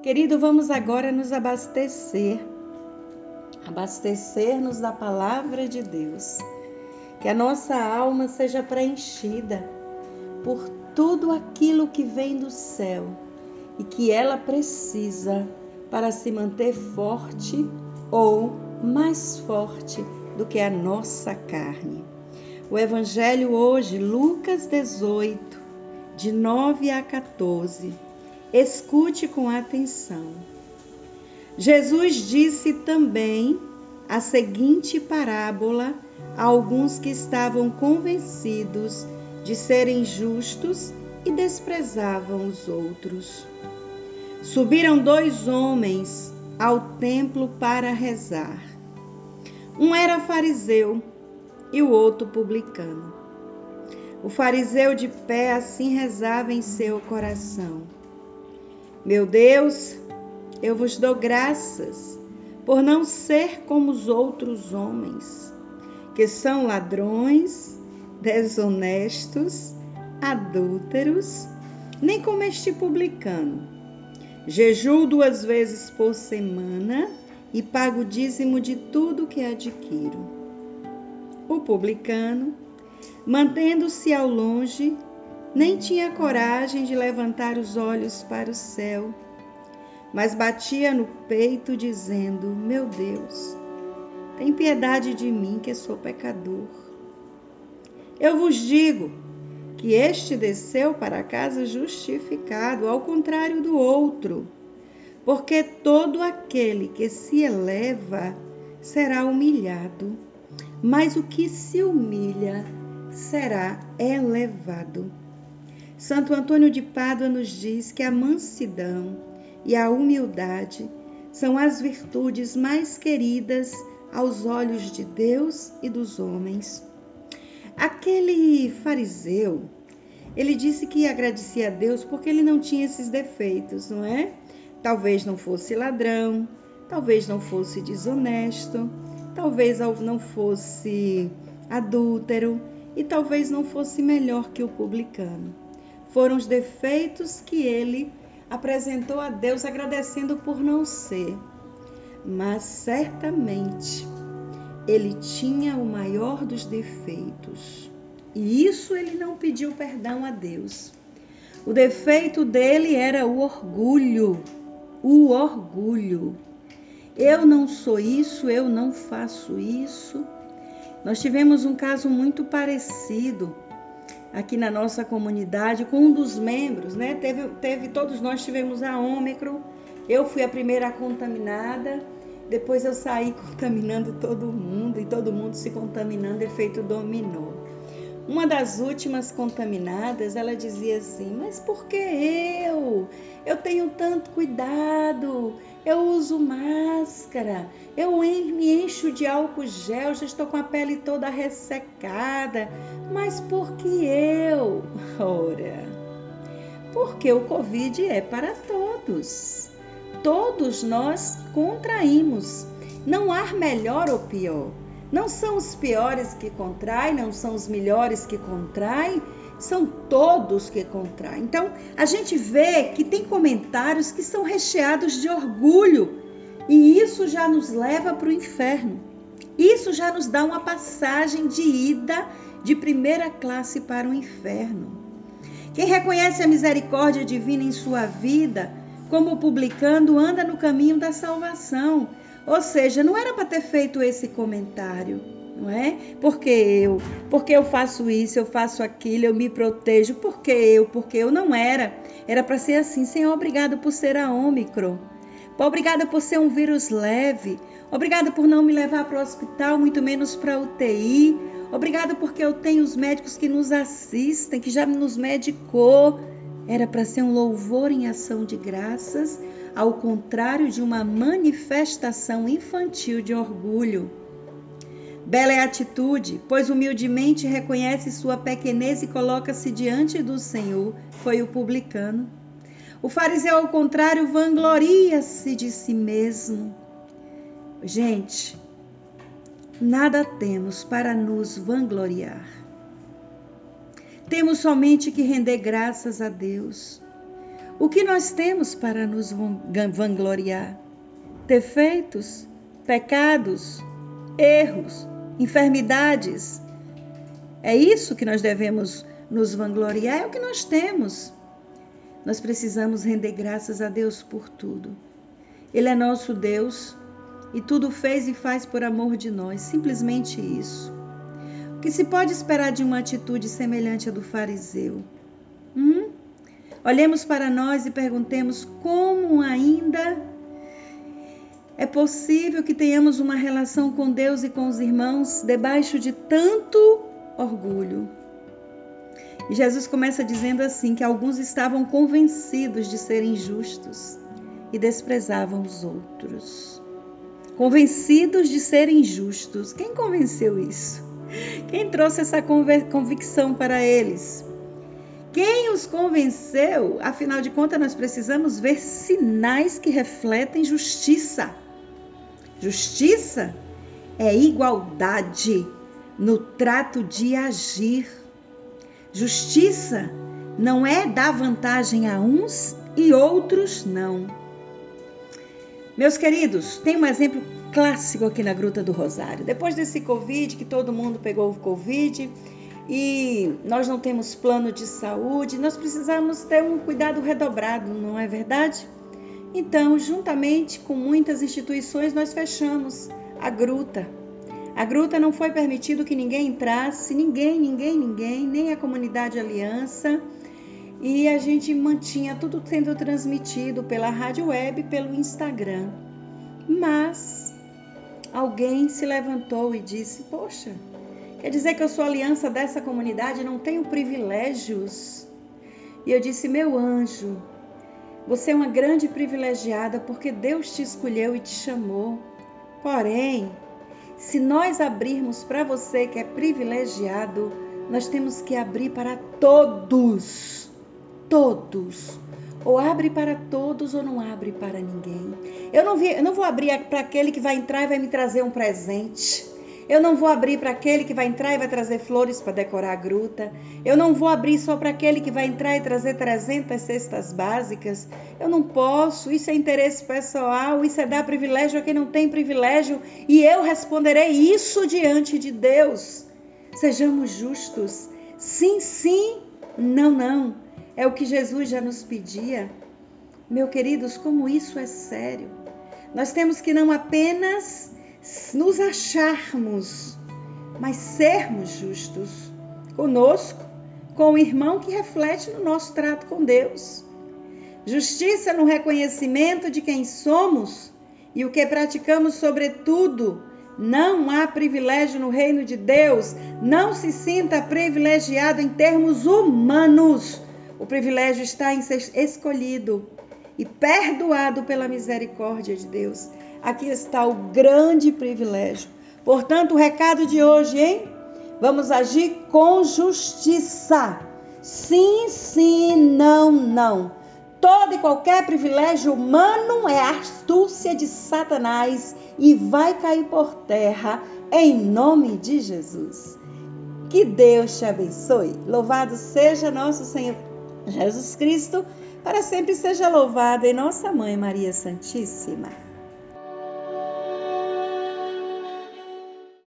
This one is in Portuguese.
Querido, vamos agora nos abastecer-nos da palavra de Deus. Que a nossa alma seja preenchida por tudo aquilo que vem do céu e que ela precisa para se manter forte ou mais forte do que a nossa carne. O Evangelho hoje, Lucas 18, de 9 a 14. Escute com atenção. Jesus disse também a seguinte parábola a alguns que estavam convencidos de serem justos e desprezavam os outros. Subiram 2 homens ao templo para rezar. Um era fariseu e o outro publicano. O fariseu de pé assim rezava em seu coração: Meu Deus, eu vos dou graças por não ser como os outros homens, que são ladrões, desonestos, adúlteros, nem como este publicano. Jejuo 2 vezes por semana e pago o dízimo de tudo que adquiro. O publicano, mantendo-se ao longe, nem tinha coragem de levantar os olhos para o céu, mas batia no peito dizendo: Meu Deus, tem piedade de mim que sou pecador. Eu vos digo que este desceu para casa justificado, ao contrário do outro, porque todo aquele que se eleva será humilhado, mas o que se humilha será elevado. Santo Antônio de Pádua nos diz que a mansidão e a humildade são as virtudes mais queridas aos olhos de Deus e dos homens. Aquele fariseu, ele disse que agradecia a Deus porque ele não tinha esses defeitos, não é? Talvez não fosse ladrão, talvez não fosse desonesto, talvez não fosse adúltero e talvez não fosse melhor que o publicano. Foram os defeitos que ele apresentou a Deus agradecendo por não ser. Mas certamente ele tinha o maior dos defeitos. E isso ele não pediu perdão a Deus. O defeito dele era o orgulho. O orgulho. Eu não sou isso, eu não faço isso. Nós tivemos um caso muito parecido aqui na nossa comunidade com um dos membros, né? Todos nós tivemos a Ômicron. Eu fui a primeira contaminada. Depois eu saí contaminando todo mundo e todo mundo se contaminando, efeito dominó. Uma das últimas contaminadas, ela dizia assim: mas por que eu? Eu tenho tanto cuidado, eu uso máscara, eu me encho de álcool gel, já estou com a pele toda ressecada, mas por que eu? Ora, porque o Covid é para todos. Todos nós contraímos. Não há melhor ou pior. Não são os piores que contraem, não são os melhores que contraem, são todos que contraem. Então, a gente vê que tem comentários que são recheados de orgulho e isso já nos leva para o inferno. Isso já nos dá uma passagem de ida de primeira classe para o inferno. Quem reconhece a misericórdia divina em sua vida, como publicano, anda no caminho da salvação. Ou seja, não era para ter feito esse comentário, não é? Porque eu faço isso, eu faço aquilo, eu me protejo, porque eu não era. Era para ser assim: Senhor, obrigado por ser a Ômicron. Obrigada por ser um vírus leve. Obrigada por não me levar para o hospital, muito menos para a UTI. Obrigada porque eu tenho os médicos que nos assistem, que já nos medicou. Era para ser um louvor em ação de graças, ao contrário de uma manifestação infantil de orgulho. Bela é a atitude, pois humildemente reconhece sua pequenez e coloca-se diante do Senhor, foi o publicano. O fariseu, ao contrário, vangloria-se de si mesmo. Gente, nada temos para nos vangloriar. Temos somente que render graças a Deus. O que nós temos para nos vangloriar? Defeitos, pecados, erros, enfermidades. É isso que nós devemos nos vangloriar, é o que nós temos. Nós precisamos render graças a Deus por tudo. Ele é nosso Deus e tudo fez e faz por amor de nós, simplesmente isso. O que se pode esperar de uma atitude semelhante à do fariseu? Olhemos para nós e perguntemos como ainda é possível que tenhamos uma relação com Deus e com os irmãos debaixo de tanto orgulho. E Jesus começa dizendo assim, que alguns estavam convencidos de serem justos e desprezavam os outros. Convencidos de serem justos. Quem convenceu isso? Quem trouxe essa convicção para eles? Quem os convenceu? Afinal de contas, nós precisamos ver sinais que refletem justiça. Justiça é igualdade no trato de agir. Justiça não é dar vantagem a uns e outros não. Meus queridos, tem um exemplo clássico aqui na Gruta do Rosário. Depois desse Covid, que todo mundo pegou o Covid e nós não temos plano de saúde, nós precisamos ter um cuidado redobrado, não é verdade? Então, juntamente com muitas instituições, nós fechamos a gruta. A gruta não foi permitido que ninguém entrasse, ninguém, nem a comunidade Aliança. E a gente mantinha tudo sendo transmitido pela rádio web e pelo Instagram. Mas alguém se levantou e disse, poxa, quer dizer que eu sou aliança dessa comunidade e não tenho privilégios? E eu disse, meu anjo, você é uma grande privilegiada porque Deus te escolheu e te chamou. Porém, se nós abrirmos para você que é privilegiado, nós temos que abrir para todos. Todos. Ou abre para todos ou não abre para ninguém. Eu não vou abrir para aquele que vai entrar e vai me trazer um presente. Eu não vou abrir para aquele que vai entrar e vai trazer flores para decorar a gruta. Eu não vou abrir só para aquele que vai entrar e trazer 300 cestas básicas. Eu não posso, isso é interesse pessoal, isso é dar privilégio a quem não tem privilégio. E eu responderei isso diante de Deus. Sejamos justos. Sim, sim, não, não. É o que Jesus já nos pedia. Meus queridos, como isso é sério. Nós temos que não apenas nos acharmos, mas sermos justos conosco, com o irmão que reflete no nosso trato com Deus. Justiça no reconhecimento de quem somos e o que praticamos, sobretudo. Não há privilégio no reino de Deus. Não se sinta privilegiado em termos humanos. O privilégio está em ser escolhido e perdoado pela misericórdia de Deus. Aqui está o grande privilégio. Portanto, o recado de hoje, hein? Vamos agir com justiça. Sim, sim, não, não. Todo e qualquer privilégio humano é astúcia de Satanás e vai cair por terra em nome de Jesus. Que Deus te abençoe. Louvado seja nosso Senhor Jesus Cristo, para sempre seja louvado em nossa Mãe Maria Santíssima.